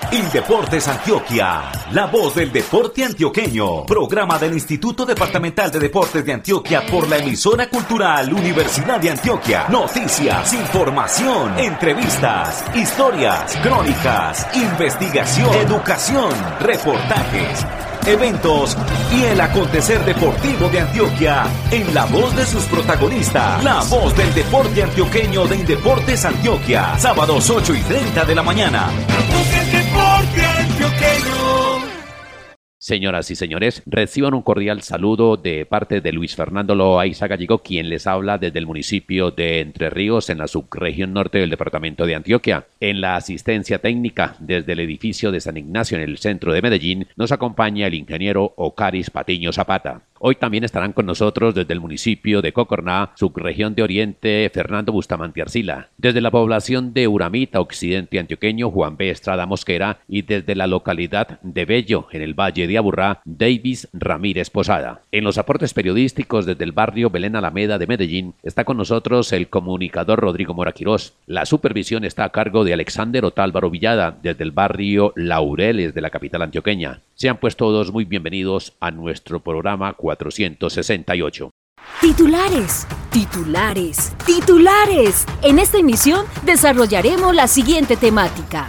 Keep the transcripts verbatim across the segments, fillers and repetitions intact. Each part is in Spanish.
Indeportes Antioquia, la voz del deporte antioqueño. Programa del Instituto Departamental de Deportes de Antioquia por la emisora cultural Universidad de Antioquia. Noticias, información, entrevistas, historias, crónicas, investigación, educación, reportajes, eventos y el acontecer deportivo de Antioquia en la voz de sus protagonistas. La voz del deporte antioqueño de Indeportes Antioquia. Sábados ocho y treinta de la mañana. La voz del deporte antioqueño. Señoras y señores, reciban un cordial saludo de parte de Luis Fernando Loaiza Gallego, quien les habla desde el municipio de Entre Ríos, en la subregión norte del departamento de Antioquia. En la asistencia técnica, desde el edificio de San Ignacio en el centro de Medellín, nos acompaña el ingeniero Ocaris Patiño Zapata. Hoy también estarán con nosotros desde el municipio de Cocorná, subregión de Oriente, Fernando Bustamante Arcila. Desde la población de Uramita, occidente antioqueño, Juan B. Estrada Mosquera. Y desde la localidad de Bello, en el Valle de Aburrá, Davis Ramírez Posada. En los aportes periodísticos desde el barrio Belén Alameda de Medellín, está con nosotros el comunicador Rodrigo Mora Quirós. La supervisión está a cargo de Alexander Otálvaro Villada, desde el barrio Laureles de la capital antioqueña. Sean pues todos muy bienvenidos a nuestro programa cuatrocientos sesenta y ocho. Titulares, titulares, titulares. En esta emisión desarrollaremos la siguiente temática.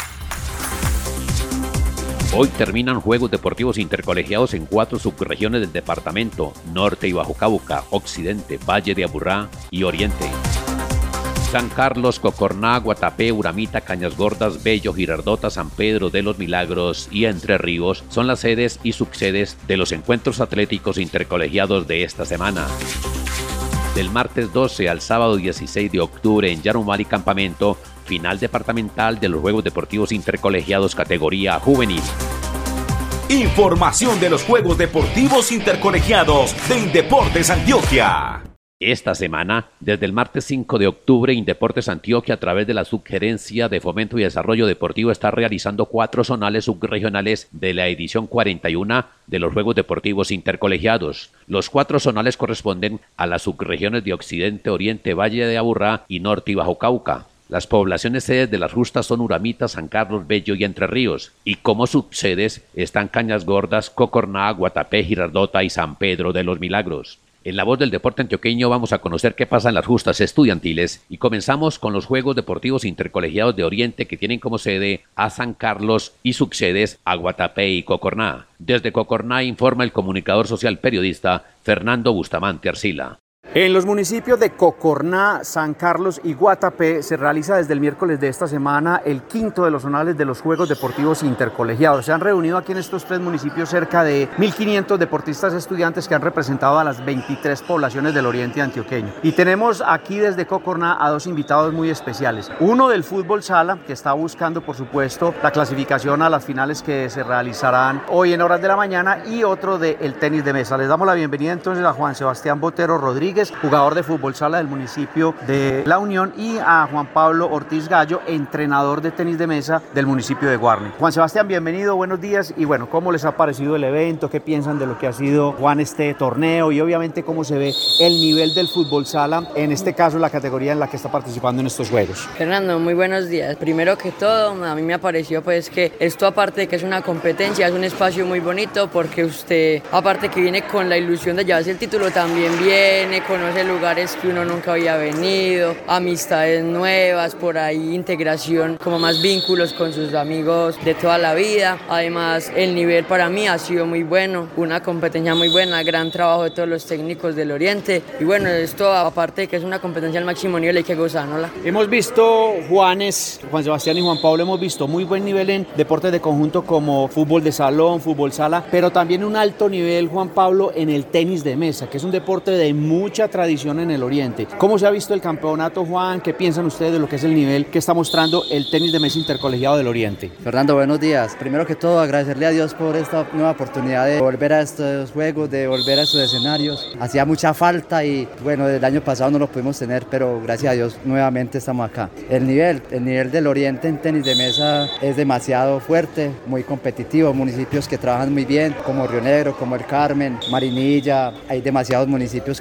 Hoy terminan Juegos Deportivos Intercolegiados en cuatro subregiones del departamento: Norte y Bajo Cauca, Occidente, Valle de Aburrá y Oriente. San Carlos, Cocorná, Guatapé, Uramita, Cañas Gordas, Bello, Girardota, San Pedro de los Milagros y Entre Ríos son las sedes y subsedes de los encuentros atléticos intercolegiados de esta semana. Del martes doce al sábado dieciséis de octubre en Yarumal y Campamento, final departamental de los Juegos Deportivos Intercolegiados categoría juvenil. Información de los Juegos Deportivos Intercolegiados de Indeportes Antioquia. Esta semana, desde el martes cinco de octubre, Indeportes Antioquia, a través de la Subgerencia de Fomento y Desarrollo Deportivo, está realizando cuatro zonales subregionales de la edición cuarenta y uno de los Juegos Deportivos Intercolegiados. Los cuatro zonales corresponden a las subregiones de Occidente, Oriente, Valle de Aburrá y Norte y Bajo Cauca. Las poblaciones sedes de las justas son Uramita, San Carlos, Bello y Entre Ríos, y como subsedes están Cañas Gordas, Cocorná, Guatapé, Girardota y San Pedro de los Milagros. En la voz del deporte antioqueño vamos a conocer qué pasa en las justas estudiantiles y comenzamos con los Juegos Deportivos Intercolegiados de Oriente, que tienen como sede a San Carlos y subsedes a Guatapé y Cocorná. Desde Cocorná informa el comunicador social periodista Fernando Bustamante Arcila. En los municipios de Cocorná, San Carlos y Guatapé se realiza desde el miércoles de esta semana el quinto de los zonales de los Juegos Deportivos Intercolegiados. Se han reunido aquí en estos tres municipios cerca de mil quinientos deportistas estudiantes que han representado a las veintitrés poblaciones del oriente antioqueño. Y tenemos aquí desde Cocorná a dos invitados muy especiales. Uno del fútbol sala, que está buscando por supuesto la clasificación a las finales que se realizarán hoy en horas de la mañana, y otro del tenis de mesa. Les damos la bienvenida entonces a Juan Sebastián Botero Rodríguez, jugador de fútbol sala del municipio de La Unión, y a Juan Pablo Ortiz Gallo, entrenador de tenis de mesa del municipio de Guarne. Juan Sebastián, bienvenido, buenos días. Y bueno, ¿cómo les ha parecido el evento? ¿Qué piensan de lo que ha sido, Juan, este torneo? Y obviamente, ¿cómo se ve el nivel del fútbol sala, en este caso la categoría en la que está participando en estos juegos? Fernando, muy buenos días. Primero que todo, a mí me ha parecido pues que esto, aparte de que es una competencia, es un espacio muy bonito, porque usted, aparte que viene con la ilusión de llevarse el título, también viene, conoce lugares que uno nunca había venido, amistades nuevas, por ahí integración, como más vínculos con sus amigos de toda la vida. Además, el nivel para mí ha sido muy bueno, una competencia muy buena, gran trabajo de todos los técnicos del Oriente. Y bueno, esto, aparte de que es una competencia al máximo nivel, hay que gozárnosla. Hemos visto, Juanes, Juan Sebastián y Juan Pablo, hemos visto muy buen nivel en deportes de conjunto como fútbol de salón, fútbol sala, pero también un alto nivel, Juan Pablo, en el tenis de mesa, que es un deporte de mucha tradición en el Oriente. ¿Cómo se ha visto el campeonato, Juan? ¿Qué piensan ustedes de lo que es el nivel que está mostrando el tenis de mesa intercolegiado del Oriente? Fernando, buenos días. Primero que todo, agradecerle a Dios por esta nueva oportunidad de volver a estos juegos, de volver a estos escenarios. Hacía mucha falta y bueno, el año pasado no lo pudimos tener, pero gracias a Dios nuevamente estamos acá. El nivel, el nivel del Oriente en tenis de mesa es demasiado fuerte, muy competitivo. Municipios que trabajan muy bien, como Río Negro, como el Carmen, Marinilla. Hay demasiados municipios que vienen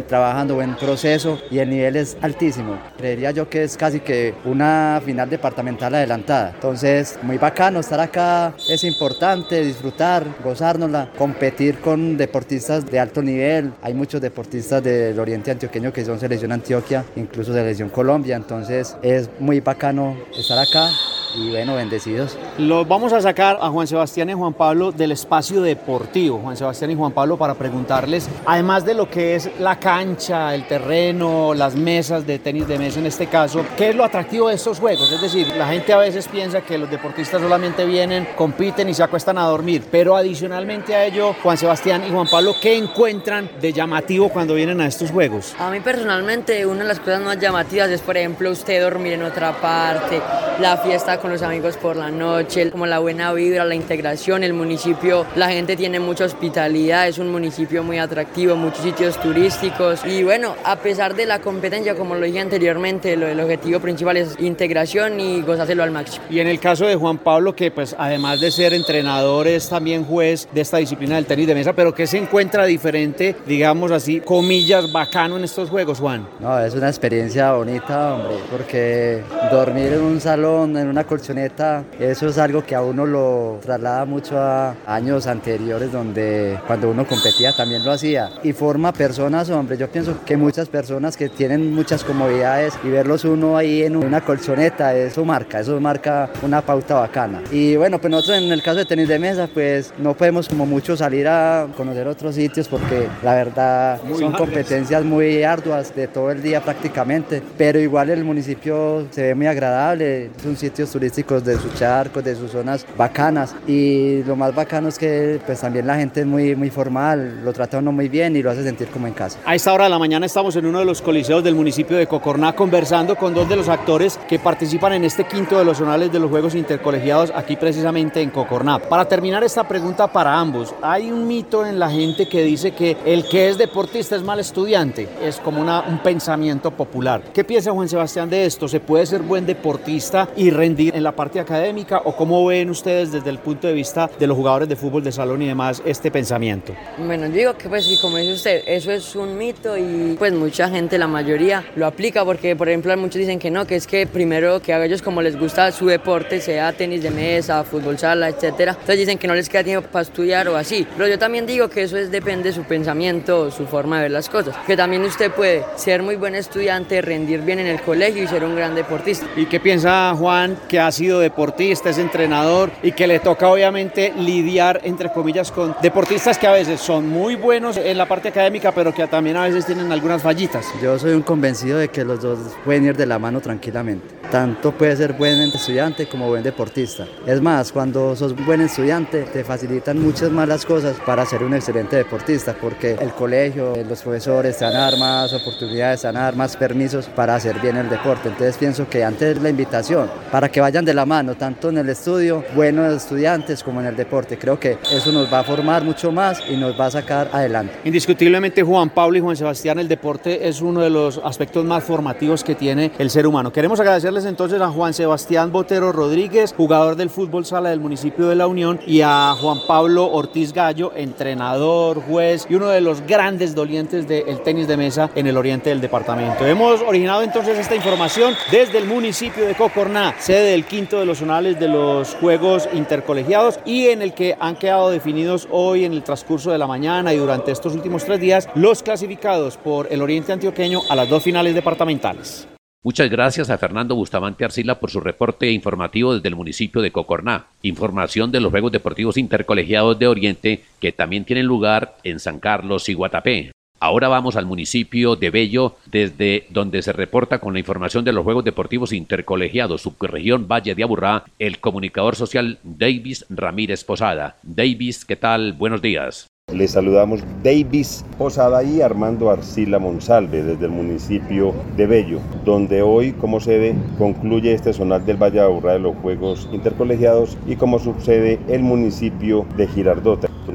trabajando, buen proceso y el nivel es altísimo. Creería yo que es casi que una final departamental adelantada. Entonces, muy bacano estar acá, es importante disfrutar, gozárnosla, competir con deportistas de alto nivel. Hay muchos deportistas del oriente antioqueño que son selección Antioquia, incluso selección Colombia, entonces es muy bacano estar acá. Y bueno, bendecidos. Los vamos a sacar a Juan Sebastián y Juan Pablo del espacio deportivo, Juan Sebastián y Juan Pablo, para preguntarles, además de lo que es la cancha, el terreno, las mesas de tenis de mesa en este caso, ¿qué es lo atractivo de estos juegos? Es decir, la gente a veces piensa que los deportistas solamente vienen, compiten y se acuestan a dormir, pero adicionalmente a ello, Juan Sebastián y Juan Pablo, ¿qué encuentran de llamativo cuando vienen a estos juegos? A mí personalmente una de las cosas más llamativas es, por ejemplo, usted dormir en otra parte, la fiesta con los amigos por la noche, como la buena vibra, la integración. El municipio, la gente tiene mucha hospitalidad, es un municipio muy atractivo, muchos sitios turísticos y bueno, a pesar de la competencia, como lo dije anteriormente, lo, el objetivo principal es integración y gozárselo al máximo. Y en el caso de Juan Pablo, que pues además de ser entrenador es también juez de esta disciplina del tenis de mesa, pero ¿qué se encuentra diferente, digamos así, comillas, bacano en estos juegos, Juan? No, es una experiencia bonita, hombre, porque dormir en un salón, en una colchoneta, eso es algo que a uno lo traslada mucho a años anteriores donde cuando uno competía también lo hacía y forma personas, hombre, yo pienso que muchas personas que tienen muchas comodidades y verlos uno ahí en una colchoneta, eso marca, eso marca una pauta bacana. Y bueno, pues nosotros en el caso de tenis de mesa, pues no podemos como mucho salir a conocer otros sitios porque la verdad muy son arduas. Competencias muy arduas de todo el día prácticamente, pero igual el municipio se ve muy agradable, son sitios turísticos de sus charcos, de sus zonas bacanas y lo más bacano es que pues también la gente es muy, muy formal, lo trata uno muy bien y lo hace sentir como en casa. A esta hora de la mañana estamos en uno de los coliseos del municipio de Cocorná conversando con dos de los actores que participan en este quinto de los zonales de los Juegos Intercolegiados aquí precisamente en Cocorná. Para terminar esta pregunta para ambos, hay un mito en la gente que dice que el que es deportista es mal estudiante, es como una, un pensamiento popular. ¿Qué piensa Juan Sebastián de esto? ¿Se puede ser buen deportista y rendir en la parte académica o cómo ven ustedes desde el punto de vista de los jugadores de fútbol de salón y demás este pensamiento? Bueno, yo digo que pues sí, como dice usted, eso es un mito y pues mucha gente, la mayoría, lo aplica porque por ejemplo muchos dicen que no, que es que primero que a ellos como les gusta su deporte, sea tenis de mesa, fútbol sala, etcétera, entonces dicen que no les queda tiempo para estudiar o así, pero yo también digo que eso es, depende de su pensamiento, su forma de ver las cosas, que también usted puede ser muy buen estudiante, rendir bien en el colegio y ser un gran deportista. ¿Y qué piensa Juan, que ha sido deportista, es entrenador y que le toca obviamente lidiar entre comillas con deportistas que a veces son muy buenos en la parte académica pero que también a veces tienen algunas fallitas? Yo soy un convencido de que los dos pueden ir de la mano tranquilamente. Tanto puede ser buen estudiante como buen deportista. Es más, cuando sos buen estudiante te facilitan muchas más las cosas para ser un excelente deportista porque el colegio, los profesores te dan a dar más oportunidades, te dan a dar más permisos para hacer bien el deporte. Entonces pienso que antes la invitación para que vayan de la mano, tanto en el estudio, buenos estudiantes como en el deporte. Creo que eso nos va a formar mucho más y nos va a sacar adelante. Indiscutiblemente Juan Pablo y Juan Sebastián, el deporte es uno de los aspectos más formativos que tiene el ser humano. Queremos agradecerles entonces a Juan Sebastián Botero Rodríguez, jugador del fútbol sala del municipio de La Unión, y a Juan Pablo Ortiz Gallo, entrenador, juez y uno de los grandes dolientes del tenis de mesa en el oriente del departamento. Hemos originado entonces esta información desde el municipio de Cocorná, sede del quinto de los zonales de los Juegos Intercolegiados y en el que han quedado definidos hoy en el transcurso de la mañana y durante estos últimos tres días los clasificados por el oriente antioqueño a las dos finales departamentales. Muchas gracias a Fernando Bustamante Arcila por su reporte informativo desde el municipio de Cocorná. Información de los Juegos Deportivos Intercolegiados de Oriente que también tienen lugar en San Carlos y Guatapé. Ahora vamos al municipio de Bello, desde donde se reporta con la información de los Juegos Deportivos Intercolegiados, subregión Valle de Aburrá, el comunicador social Davis Ramírez Posada. Davis, ¿qué tal? Buenos días. Les saludamos Davis Posada y Armando Arcila Monsalve desde el municipio de Bello, donde hoy como sede concluye este zonal del Valle de Aburrá de los Juegos Intercolegiados y como subsede el municipio de Girardota. Los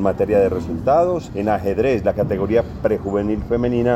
materia de resultados, en ajedrez, la categoría prejuvenil femenina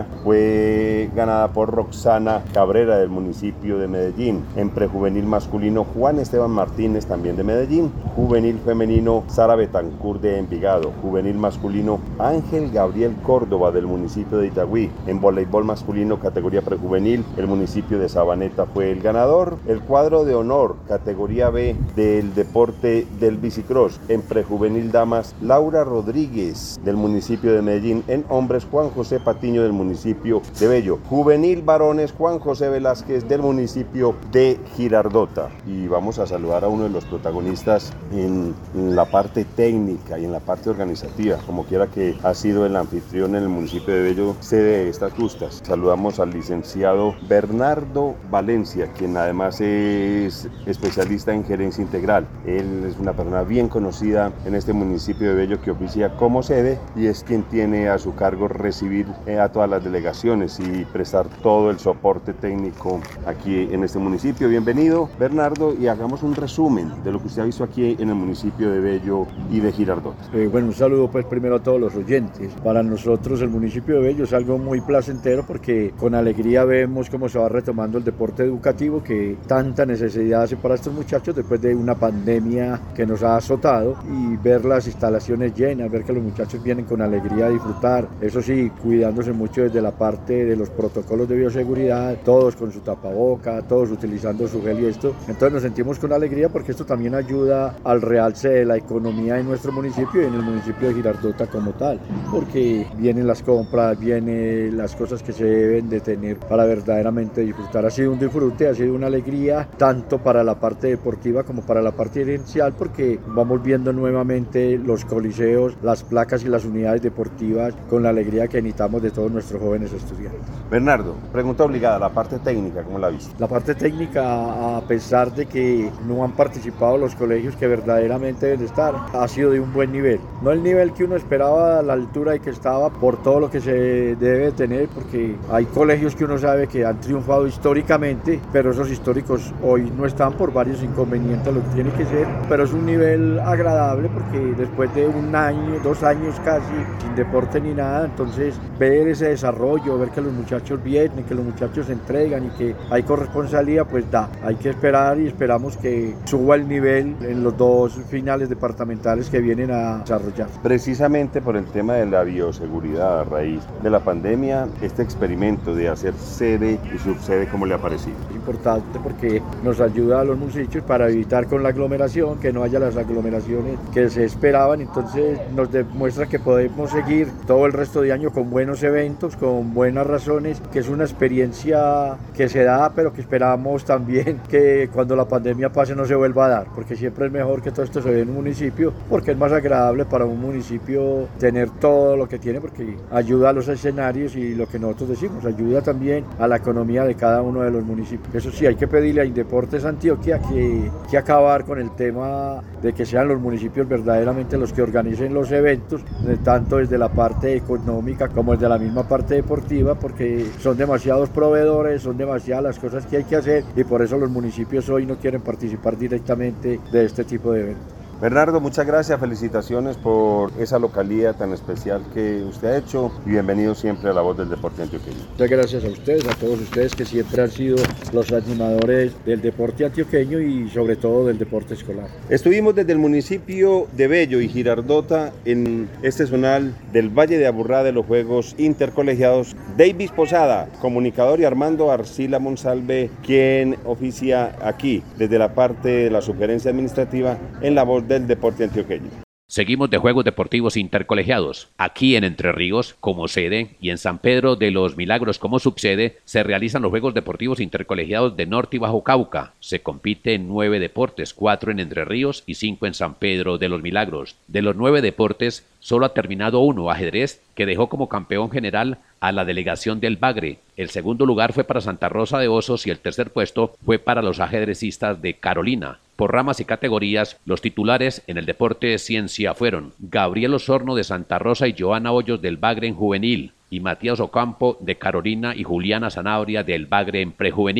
fue ganada por Roxana Cabrera del municipio de Medellín. En prejuvenil masculino, Juan Esteban Martínez, también de Medellín. Juvenil femenino, Sara Betancourt de Envigado. Juvenil masculino, Ángel Gabriel Córdoba del municipio de Itagüí. En voleibol masculino, categoría prejuvenil, el municipio de Sabaneta fue el ganador. El cuadro de honor, categoría B del deporte del bicicross. En prejuvenil damas, Laura Rodríguez del municipio de Medellín. En hombres, Juan José Patiño del municipio de Bello. Juvenil varones, Juan José Velázquez del municipio de Girardota. Y vamos a saludar a uno de los protagonistas en la parte técnica y en la parte organizativa, como quiera que ha sido el anfitrión en el municipio de Bello, sede de estas justas. Saludamos al licenciado Bernardo Valencia, quien además es especialista en gerencia integral. Él es una persona bien conocida en este municipio de Bello que oficia como sede y es quien tiene a su cargo recibir a todas las delegaciones y prestar todo el soporte técnico aquí en este municipio. Bienvenido, Bernardo, y hagamos un resumen de lo que usted ha visto aquí en el municipio de Bello y de Girardota. Eh, bueno, un saludo pues primero a todos los oyentes. Para nosotros el municipio de Bello es algo muy placentero porque con alegría vemos cómo se va retomando el deporte educativo que tanta necesidad hace para estos muchachos después de una pandemia que nos ha azotado, y ver las instalaciones llenas, ver que los muchachos vienen con alegría a disfrutar, eso sí, cuidándose mucho desde la parte de los protocolos de bioseguridad, todos con su tapaboca, todos utilizando su gel y esto. Entonces nos sentimos con alegría porque esto también ayuda al realce de la economía en nuestro municipio y en el municipio de Girardota como tal, porque vienen las compras, vienen las cosas que se deben de tener para verdaderamente disfrutar. Ha sido un disfrute, ha sido una alegría tanto para la parte deportiva como para la parte gerencial, porque vamos viendo nuevamente los coliseos, las placas y las unidades deportivas con la alegría que necesitamos de todos nuestros jóvenes estudiantes. Bernardo, pregunta obligada, la parte técnica, ¿cómo la viste? La parte técnica, a pesar de que no han participado los colegios que verdaderamente deben estar, ha sido de un buen nivel. No el nivel que uno esperaba a la altura de que estaba por todo lo que se debe tener, porque hay colegios que uno sabe que han triunfado históricamente, pero esos históricos hoy no están por varios inconvenientes, lo que tiene que ser, pero es un nivel agradable porque después de un año, dos años casi sin deporte ni nada, entonces ver ese desarrollo, ver que los muchachos vienen, que los muchachos se entregan y que hay corresponsabilidad, pues da, hay que esperar y esperamos que suba el nivel en los dos finales departamentales que vienen a desarrollar. Precisamente por el tema de la bioseguridad a raíz de la pandemia, este experimento de hacer sede y subsede, ¿cómo le ha parecido? Es importante porque nos ayuda a los municipios para evitar con la aglomeración, que no haya las aglomeraciones que se esperaban, entonces nos demuestra que podemos seguir todo el resto de año con buenos eventos, con buenas razones, que es una experiencia que se da, pero que esperamos también que cuando la pandemia pase no se vuelva a dar, porque siempre es mejor que todo esto se dé en un municipio, porque es más agradable para un municipio tener todo lo que tiene, porque ayuda a los escenarios y lo que nosotros decimos, ayuda también a la economía de cada uno de los municipios. Eso sí, hay que pedirle a Indeportes Antioquia que, que acabar con el tema de que sean los municipios verdaderamente los que organicen los eventos, tanto desde la parte económica como desde la misma parte deportiva, porque son demasiados proveedores, son demasiadas las cosas que hay que hacer y por eso los municipios hoy no quieren participar directamente de este tipo de eventos. Bernardo, muchas gracias, felicitaciones por esa localía tan especial que usted ha hecho y bienvenido siempre a La Voz del Deporte Antioqueño. Muchas gracias a ustedes, a todos ustedes que siempre han sido los animadores del deporte antioqueño y sobre todo del deporte escolar. Estuvimos desde el municipio de Bello y Girardota en este zonal del Valle de Aburrá de los Juegos Intercolegiados. Davis Posada, comunicador, y Armando Arcila Monsalve, quien oficia aquí desde la parte de la sugerencia administrativa en La Voz del Deporte Antioqueño. Seguimos de Juegos Deportivos Intercolegiados. Aquí en Entre Ríos como sede y en San Pedro de los Milagros como subsede se realizan los Juegos Deportivos Intercolegiados de Norte y Bajo Cauca. Se compite en nueve deportes, cuatro en Entre Ríos y cinco en San Pedro de los Milagros. De los nueve deportes, solo ha terminado uno, ajedrez, que dejó como campeón general a la delegación del Bagre. El segundo lugar fue para Santa Rosa de Osos y el tercer puesto fue para los ajedrecistas de Carolina. Por ramas y categorías, los titulares en el deporte de ciencia fueron Gabriel Osorno de Santa Rosa y Joana Hoyos del Bagre en juvenil, y Matías Ocampo de Carolina y Juliana Zanabria del Bagre en prejuvenil.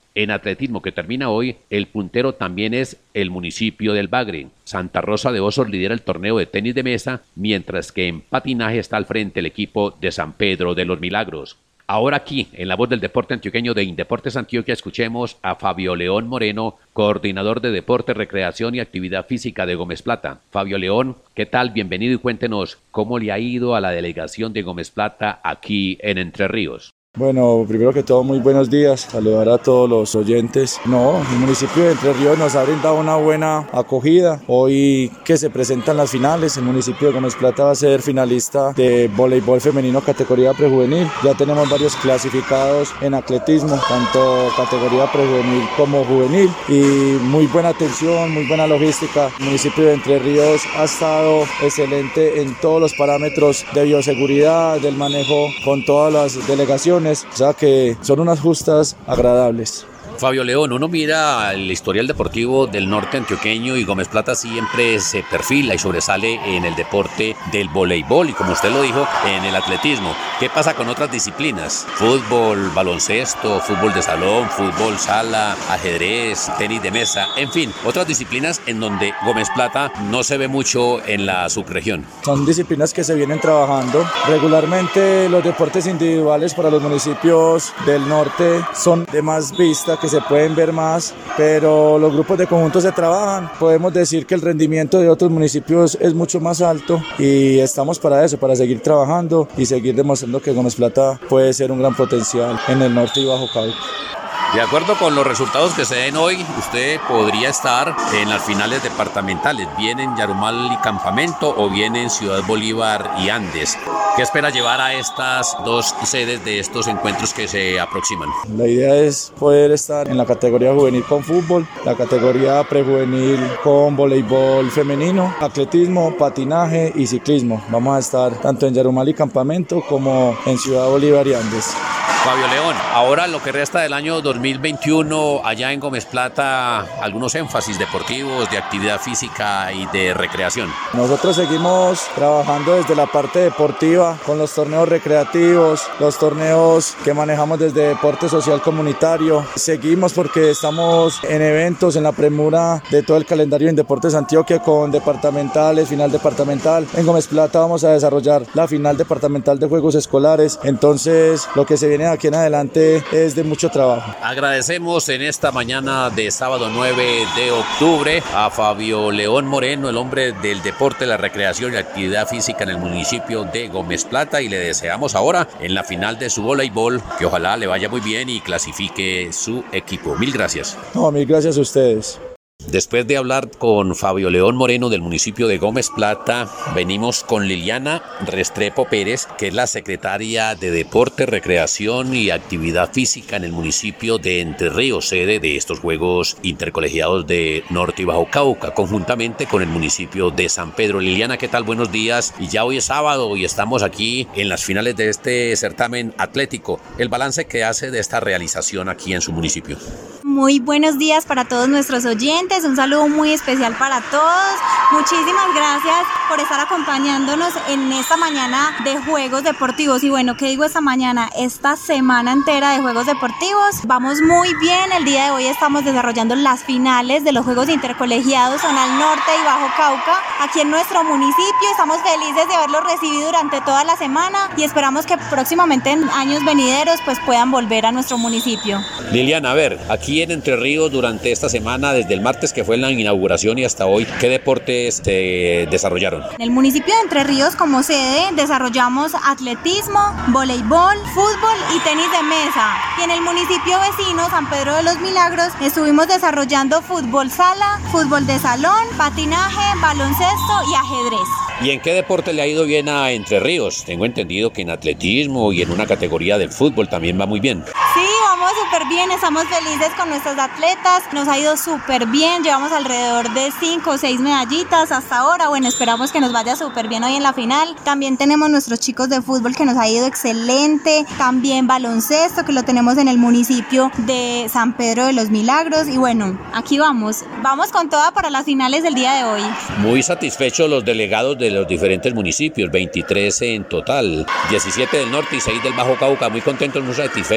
En atletismo, que termina hoy, el puntero también es el municipio del Bagre. Santa Rosa de Osos lidera el torneo de tenis de mesa, mientras que en patinaje está al frente el equipo de San Pedro de los Milagros. Ahora aquí, en la voz del deporte antioqueño de Indeportes Antioquia, escuchemos a Fabio León Moreno, coordinador de Deporte, Recreación y Actividad Física de Gómez Plata. Fabio León, ¿qué tal? Bienvenido y cuéntenos cómo le ha ido a la delegación de Gómez Plata aquí en Entre Ríos. Bueno, primero que todo, muy buenos días, saludar a todos los oyentes. No, el municipio de Entre Ríos nos ha brindado una buena acogida. Hoy que se presentan las finales, el municipio de Gómez Plata va a ser finalista de voleibol femenino categoría prejuvenil. Ya tenemos varios clasificados en atletismo, tanto categoría prejuvenil como juvenil, y muy buena atención, muy buena logística. El municipio de Entre Ríos ha estado excelente en todos los parámetros de bioseguridad, del manejo con todas las delegaciones. O sea que son unas justas agradables. Fabio León, uno mira el historial deportivo del norte antioqueño y Gómez Plata siempre se perfila y sobresale en el deporte del voleibol y, como usted lo dijo, en el atletismo. ¿Qué pasa con otras disciplinas? Fútbol, baloncesto, fútbol de salón, fútbol sala, ajedrez, tenis de mesa, en fin, otras disciplinas en donde Gómez Plata no se ve mucho en la subregión. Son disciplinas que se vienen trabajando. Regularmente los deportes individuales para los municipios del norte son de más vista, que se pueden ver más, pero los grupos de conjunto se trabajan. Podemos decir que el rendimiento de otros municipios es mucho más alto y estamos para eso, para seguir trabajando y seguir demostrando que Gómez Plata puede ser un gran potencial en el norte y Bajo Cauca. De acuerdo con los resultados que se den hoy, usted podría estar en las finales departamentales, bien en Yarumal y Campamento o bien en Ciudad Bolívar y Andes. ¿Qué espera llevar a estas dos sedes de estos encuentros que se aproximan? La idea es poder estar en la categoría juvenil con fútbol, la categoría prejuvenil con voleibol femenino, atletismo, patinaje y ciclismo. Vamos a estar tanto en Yarumal y Campamento como en Ciudad Bolívar y Andes. Fabio León, ahora lo que resta del año dos mil veintiuno, allá en Gómez Plata, algunos énfasis deportivos, de actividad física y de recreación. Nosotros seguimos trabajando desde la parte deportiva, con los torneos recreativos, los torneos que manejamos desde deporte social comunitario. Seguimos porque estamos en eventos, en la premura de todo el calendario en Deportes Antioquia, con departamentales, final departamental. En Gómez Plata vamos a desarrollar la final departamental de Juegos Escolares, entonces lo que se viene aquí en adelante es de mucho trabajo. Agradecemos en esta mañana de sábado nueve de octubre a Fabio León Moreno, el hombre del deporte, la recreación y la actividad física en el municipio de Gómez Plata, y le deseamos ahora en la final de su voleibol que ojalá le vaya muy bien y clasifique su equipo. Mil gracias. No, mil gracias a ustedes. Después de hablar con Fabio León Moreno del municipio de Gómez Plata, venimos con Liliana Restrepo Pérez, que es la secretaria de Deporte, Recreación y Actividad Física en el municipio de Entre Ríos, sede de estos Juegos Intercolegiados de Norte y Bajo Cauca, conjuntamente con el municipio de San Pedro. Liliana, ¿qué tal? Buenos días. Y ya hoy es sábado y estamos aquí en las finales de este certamen atlético. El balance que hace de esta realización aquí en su municipio. Muy buenos días para todos nuestros oyentes, un saludo muy especial para todos. Muchísimas gracias por estar acompañándonos en esta mañana de Juegos Deportivos. Y bueno, ¿qué digo esta mañana? Esta semana entera de Juegos Deportivos. Vamos muy bien, el día de hoy estamos desarrollando las finales de los Juegos Intercolegiados Zonal Norte y Bajo Cauca, aquí en nuestro municipio. Estamos felices de haberlos recibido durante toda la semana y esperamos que próximamente en años venideros pues puedan volver a nuestro municipio. Liliana, a ver, aquí en Entre Ríos durante esta semana, desde el martes que fue la inauguración y hasta hoy, ¿qué deportes se desarrollaron? En el municipio de Entre Ríos como sede desarrollamos atletismo, voleibol, fútbol y tenis de mesa. Y en el municipio vecino, San Pedro de los Milagros, estuvimos desarrollando fútbol sala, fútbol de salón, patinaje, baloncesto y ajedrez. ¿Y en qué deporte le ha ido bien a Entre Ríos? Tengo entendido que en atletismo y en una categoría del fútbol también va muy bien. Sí, vamos súper bien, estamos felices con nuestros atletas, nos ha ido súper bien, llevamos alrededor de cinco o seis medallitas hasta ahora, bueno, esperamos que nos vaya súper bien hoy en la final. También tenemos nuestros chicos de fútbol que nos ha ido excelente, también baloncesto que lo tenemos en el municipio de San Pedro de los Milagros y bueno, aquí vamos, vamos con toda para las finales del día de hoy. Muy satisfechos los delegados de los diferentes municipios, veintitrés en total, diecisiete del norte y seis del Bajo Cauca, muy contentos, muy satisfechos por las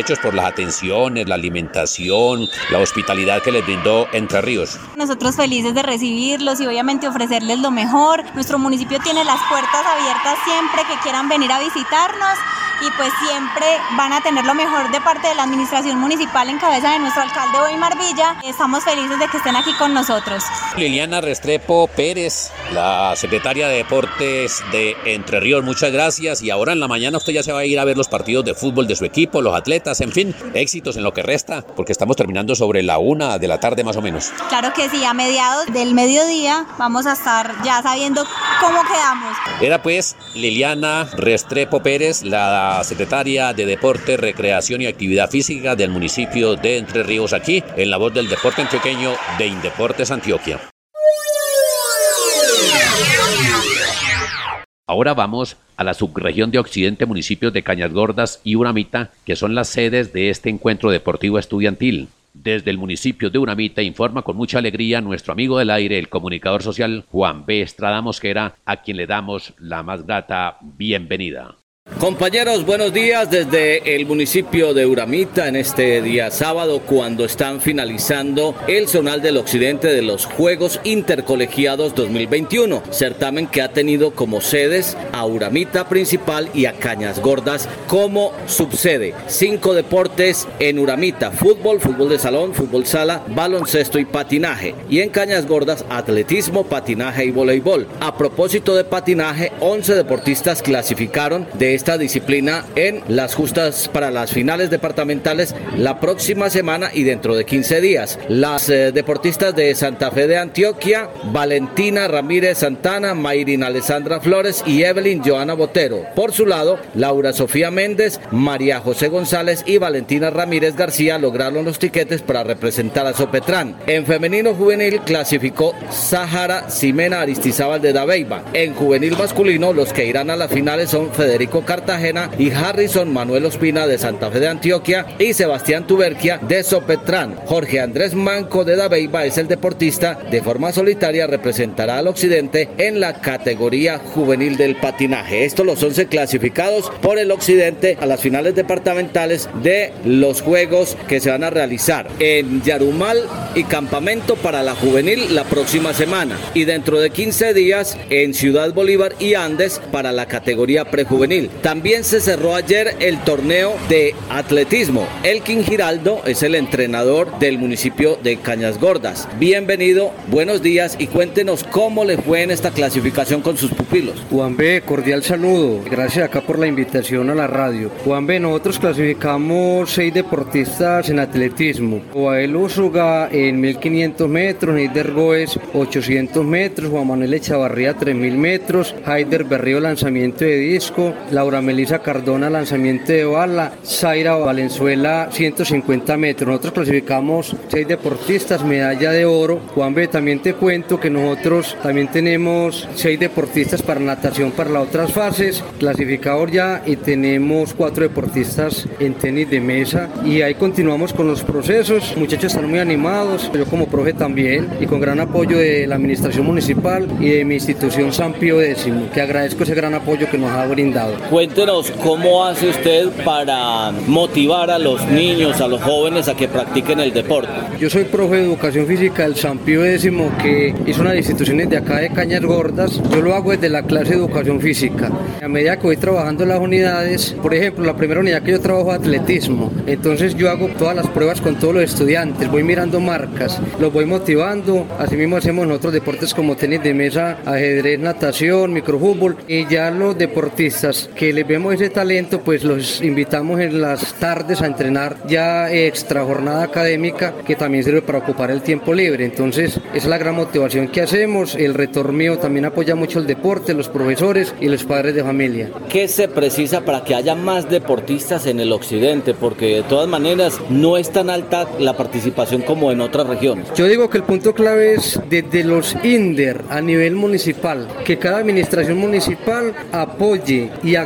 las atenciones, la alimentación, la hospitalidad que les brindó Entre Ríos. Nosotros felices de recibirlos y obviamente ofrecerles lo mejor. Nuestro municipio tiene las puertas abiertas siempre que quieran venir a visitarnos y pues siempre van a tener lo mejor de parte de la administración municipal en cabeza de nuestro alcalde Weimar Villa. Estamos felices de que estén aquí con nosotros. Liliana Restrepo Pérez, la secretaria de Deportes de Entre Ríos, muchas gracias. Y ahora en la mañana usted ya se va a ir a ver los partidos de fútbol de su equipo, los atletas, en fin, éxitos en lo que resta, porque estamos terminando sobre la una de la tarde más o menos. Claro que sí, a mediados del mediodía vamos a estar ya sabiendo cómo quedamos. Era pues Liliana Restrepo Pérez, la secretaria de Deporte, Recreación y Actividad Física del municipio de Entre Ríos, aquí en La Voz del Deporte Antioqueño de Indeportes Antioquia. Ahora vamos a la subregión de Occidente, municipios de Cañas Gordas y Uramita, que son las sedes de este encuentro deportivo estudiantil. Desde el municipio de Uramita informa con mucha alegría nuestro amigo del aire, el comunicador social Juan B. Estrada Mosquera, a quien le damos la más grata bienvenida. Compañeros, buenos días desde el municipio de Uramita en este día sábado, cuando están finalizando el zonal del occidente de los Juegos Intercolegiados dos mil veintiuno, certamen que ha tenido como sedes a Uramita principal y a Cañas Gordas como subsede. Cinco deportes en Uramita: fútbol, fútbol de salón, fútbol sala, baloncesto y patinaje. Y en Cañas Gordas, atletismo, patinaje y voleibol. A propósito de patinaje, once deportistas clasificaron de esta disciplina en las justas para las finales departamentales la próxima semana y dentro de quince días. Las eh, deportistas de Santa Fe de Antioquia: Valentina Ramírez Santana, Mayrin Alessandra Flores y Evelyn Joana Botero. Por su lado, Laura Sofía Méndez, María José González y Valentina Ramírez García lograron los tiquetes para representar a Sopetrán. En femenino juvenil clasificó Sahara Ximena Aristizábal de Dabeiba. En juvenil masculino, los que irán a las finales son Federico Cartagena y Harrison Manuel Ospina de Santa Fe de Antioquia y Sebastián Tuberquia de Sopetrán. Jorge Andrés Manco de Dabeiba es el deportista. De forma solitaria representará al occidente en la categoría juvenil del patinaje. Estos los once clasificados por el occidente a las finales departamentales de los juegos que se van a realizar en Yarumal y Campamento para la juvenil la próxima semana, y dentro de quince días en Ciudad Bolívar y Andes para la categoría prejuvenil. También se cerró ayer el torneo de atletismo. Elkin Giraldo es el entrenador del municipio de Cañas Gordas. Bienvenido, buenos días y cuéntenos cómo le fue en esta clasificación con sus pupilos. Juan B, cordial saludo. Gracias acá por la invitación a la radio. Juan B, nosotros clasificamos seis deportistas en atletismo. Joael Úsuga en mil quinientos metros, Neider Goes ochocientos metros, Juan Manuel Echavarría tres mil metros, Haider Berrío lanzamiento de disco, Laura Melisa Cardona lanzamiento de bala, Zaira Valenzuela ciento cincuenta metros. Nosotros clasificamos seis deportistas, medalla de oro. Juan B, también te cuento que nosotros también tenemos seis deportistas para natación para las otras fases, clasificador ya, y tenemos cuatro deportistas en tenis de mesa, y ahí continuamos con los procesos. Muchachos están muy animados, yo como profe también, y con gran apoyo de la administración municipal y de mi institución San Pío X, que agradezco ese gran apoyo que nos ha brindado. Cuéntenos cómo hace usted para motivar a los niños, a los jóvenes a que practiquen el deporte. Yo soy profe de educación física del San Pío X, que es una de las instituciones de acá de Cañas Gordas. Yo lo hago desde la clase de educación física. A medida que voy trabajando en las unidades, por ejemplo, la primera unidad que yo trabajo es atletismo, entonces yo hago todas las pruebas con todos los estudiantes, voy mirando marcas, los voy motivando. Asimismo hacemos nosotros deportes como tenis de mesa, ajedrez, natación, microfútbol, y ya los deportistas que les vemos ese talento, pues los invitamos en las tardes a entrenar ya extra jornada académica, que también sirve para ocupar el tiempo libre. Entonces esa es la gran motivación que hacemos. El rector mío también apoya mucho el deporte, los profesores y los padres de familia. ¿Qué se precisa para que haya más deportistas en el occidente? Porque de todas maneras no es tan alta la participación como en otras regiones. Yo digo que el punto clave es desde los INDER a nivel municipal, que cada administración municipal apoye y haga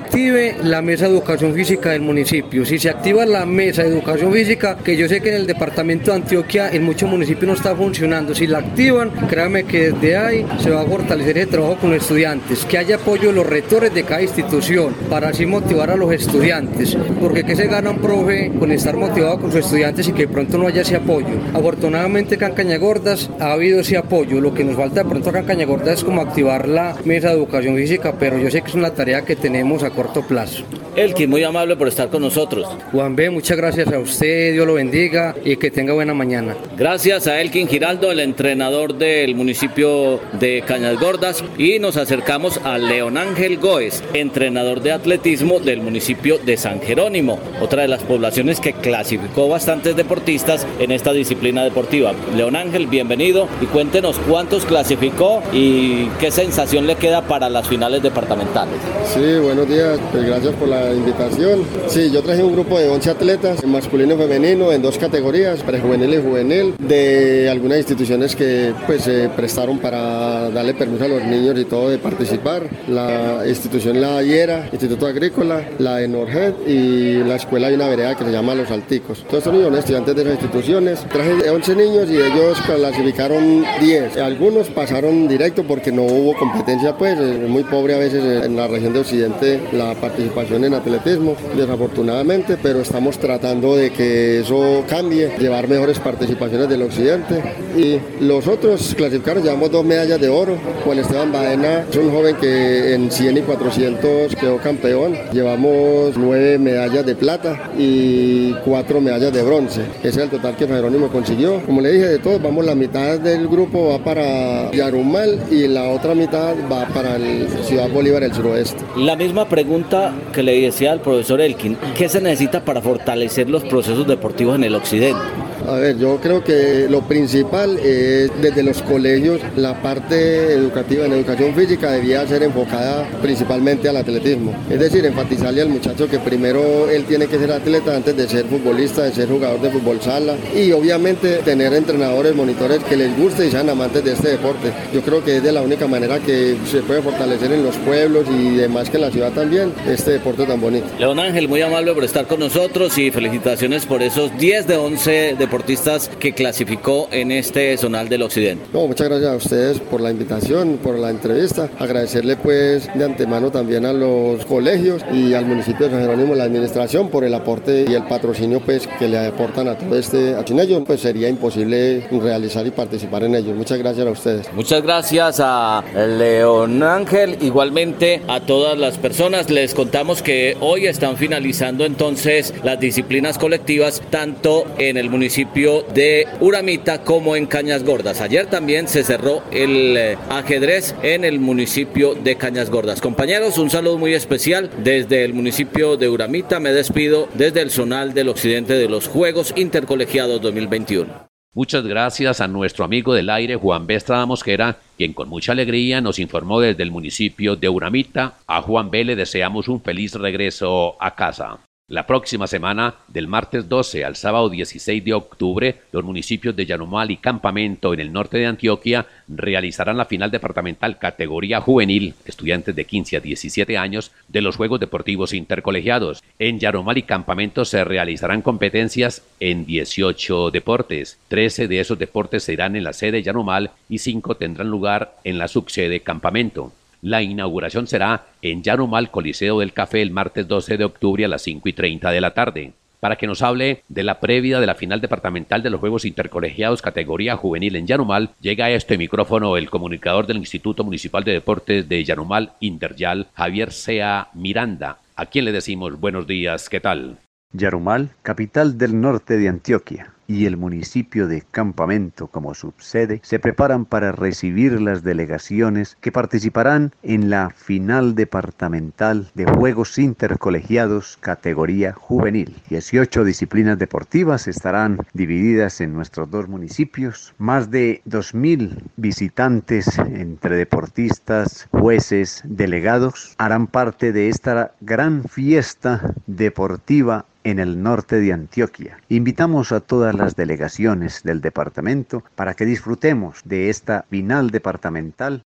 active la mesa de educación física del municipio. Si se activa la mesa de educación física, que yo sé que en el departamento de Antioquia en muchos municipios no está funcionando, si la activan, créanme que desde ahí se va a fortalecer el trabajo con los estudiantes, que haya apoyo de los rectores de cada institución para así motivar a los estudiantes, porque ¿qué se gana un profe con estar motivado con sus estudiantes y que de pronto no haya ese apoyo? Afortunadamente acá en Cañagordas ha habido ese apoyo. Lo que nos falta de pronto acá en Cañagordas es como activar la mesa de educación física, pero yo sé que es una tarea que tenemos a corto plazo. Elkin, muy amable por estar con nosotros. Juan B, muchas gracias a usted, Dios lo bendiga y que tenga buena mañana. Gracias a Elkin Giraldo, el entrenador del municipio de Cañagordas, y nos acercamos a León Ángel Góez, entrenador de atletismo del municipio de San Jerónimo, otra de las poblaciones que clasificó bastantes deportistas en esta disciplina deportiva. León Ángel, bienvenido y cuéntenos cuántos clasificó y qué sensación le queda para las finales departamentales. Sí, buenos días, pues gracias por la invitación. Sí, yo traje un grupo de once atletas, masculino y femenino, en dos categorías, prejuvenil y juvenil, de algunas instituciones que pues se prestaron para darle permiso a los niños y todo de participar. La institución La Hiera, Instituto Agrícola, la de Norhead y la escuela de una vereda que se llama Los Alticos. Todos estos niños son estudiantes de esas instituciones. Traje once niños y ellos clasificaron diez. Algunos pasaron directo porque no hubo competencia, pues es muy pobre a veces en la región de Occidente la participación en atletismo, desafortunadamente, pero estamos tratando de que eso cambie, llevar mejores participaciones del Occidente. Y los otros clasificaron, llevamos dos medallas de oro. Juan Esteban Baena es un joven que en cien y cuatrocientos quedó campeón. Llevamos nueve medallas de plata y cuatro medallas de bronce. Ese es el total que Jerónimo consiguió. Como le dije, de todos, vamos, la mitad del grupo va para Yarumal y la otra mitad va para el Ciudad Bolívar, el suroeste. La misma pregunta que le decía al profesor Elkin, ¿qué se necesita para fortalecer los procesos deportivos en el occidente? A ver, yo creo que lo principal es desde los colegios, la parte educativa en educación física debía ser enfocada principalmente al atletismo. Es decir, enfatizarle al muchacho que primero él tiene que ser atleta antes de ser futbolista, de ser jugador de fútbol sala y obviamente tener entrenadores, monitores que les guste y sean amantes de este deporte. Yo creo que es de la única manera que se puede fortalecer en los pueblos y demás que en la ciudad también este deporte tan bonito. León Ángel, muy amable por estar con nosotros y felicitaciones por esos diez de once deportistas deportistas que clasificó en este zonal del occidente. No, muchas gracias a ustedes por la invitación, por la entrevista. Agradecerle pues de antemano también a los colegios y al municipio de San Jerónimo, la administración, por el aporte y el patrocinio pues que le aportan a todo este. Sin ellos pues sería imposible realizar y participar en ellos. Muchas gracias a ustedes. Muchas gracias a León Ángel, igualmente a todas las personas. Les contamos que hoy están finalizando entonces las disciplinas colectivas tanto en el municipio de Uramita como en Cañas Gordas. Ayer también se cerró el eh, ajedrez en el municipio de Cañas Gordas. Compañeros, un saludo muy especial desde el municipio de Uramita. Me despido desde el zonal del occidente de los Juegos Intercolegiados dos mil veintiuno. Muchas gracias a nuestro amigo del aire Juan B. Estrada Mosquera, quien con mucha alegría nos informó desde el municipio de Uramita. A Juan B. le deseamos un feliz regreso a casa. La próxima semana, del martes doce al sábado dieciséis de octubre, los municipios de Yarumal y Campamento en el norte de Antioquia realizarán la final departamental categoría juvenil, estudiantes de quince a diecisiete años, de los Juegos Deportivos Intercolegiados. En Yarumal y Campamento se realizarán competencias en dieciocho deportes. trece de esos deportes se irán en la sede Yarumal y cinco tendrán lugar en la subsede Campamento. La inauguración será en Yarumal Coliseo del Café el martes doce de octubre a las cinco y treinta de la tarde. Para que nos hable de la previa de la final departamental de los Juegos Intercolegiados categoría juvenil en Yarumal, llega a este micrófono el comunicador del Instituto Municipal de Deportes de Yarumal, Interyal, Javier Sea Miranda, a quien le decimos buenos días, ¿qué tal? Yarumal, capital del norte de Antioquia, y el municipio de Campamento como subsede se preparan para recibir las delegaciones que participarán en la final departamental de Juegos Intercolegiados categoría juvenil. dieciocho disciplinas deportivas estarán divididas en nuestros dos municipios. Más de dos mil visitantes entre deportistas, jueces, delegados harán parte de esta gran fiesta deportiva en el norte de Antioquia. Invitamos a todas las delegaciones del departamento para que disfrutemos de esta final departamental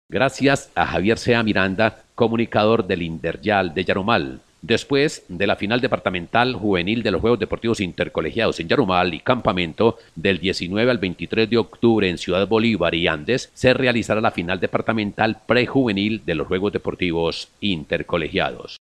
gracias a Javier Sea Miranda, comunicador del Inderyal de Yarumal. Después de la final departamental juvenil de los Juegos Deportivos Intercolegiados en Yarumal y Campamento, del diecinueve al veintitrés de octubre en Ciudad Bolívar y Andes, se realizará la final departamental prejuvenil de los Juegos Deportivos Intercolegiados.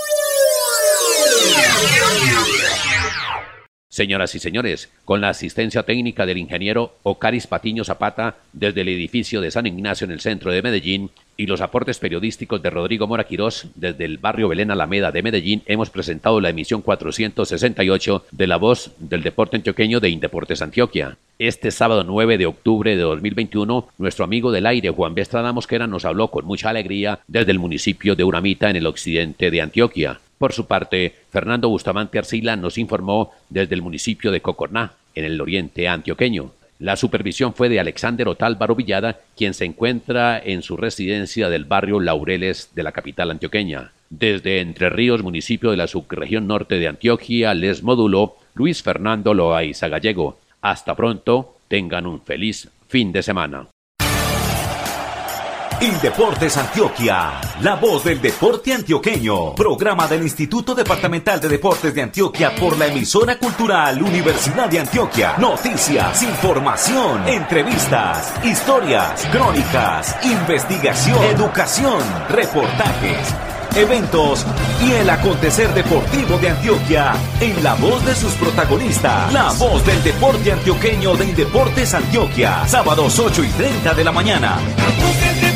Señoras y señores, con la asistencia técnica del ingeniero Ocaris Patiño Zapata desde el edificio de San Ignacio en el centro de Medellín y los aportes periodísticos de Rodrigo Mora Quirós desde el barrio Belén Alameda de Medellín, hemos presentado la emisión cuatrocientos sesenta y ocho de La Voz del Deporte Antioqueño de Indeportes Antioquia. Este sábado nueve de octubre de dos mil veintiuno, nuestro amigo del aire Juan B. Estrada Mosquera nos habló con mucha alegría desde el municipio de Uramita en el occidente de Antioquia. Por su parte, Fernando Bustamante Arcila nos informó desde el municipio de Cocorná, en el oriente antioqueño. La supervisión fue de Alexander Otálvaro Villada, quien se encuentra en su residencia del barrio Laureles de la capital antioqueña. Desde Entre Ríos, municipio de la subregión norte de Antioquia, les moduló Luis Fernando Loaiza Gallego. Hasta pronto, tengan un feliz fin de semana. Indeportes Antioquia, la voz del deporte antioqueño. Programa del Instituto Departamental de Deportes de Antioquia por la emisora cultural Universidad de Antioquia. Noticias, información, entrevistas, historias, crónicas, investigación, educación, reportajes, eventos y el acontecer deportivo de Antioquia en la voz de sus protagonistas. La voz del deporte antioqueño de Indeportes Antioquia. Sábados ocho y treinta de la mañana.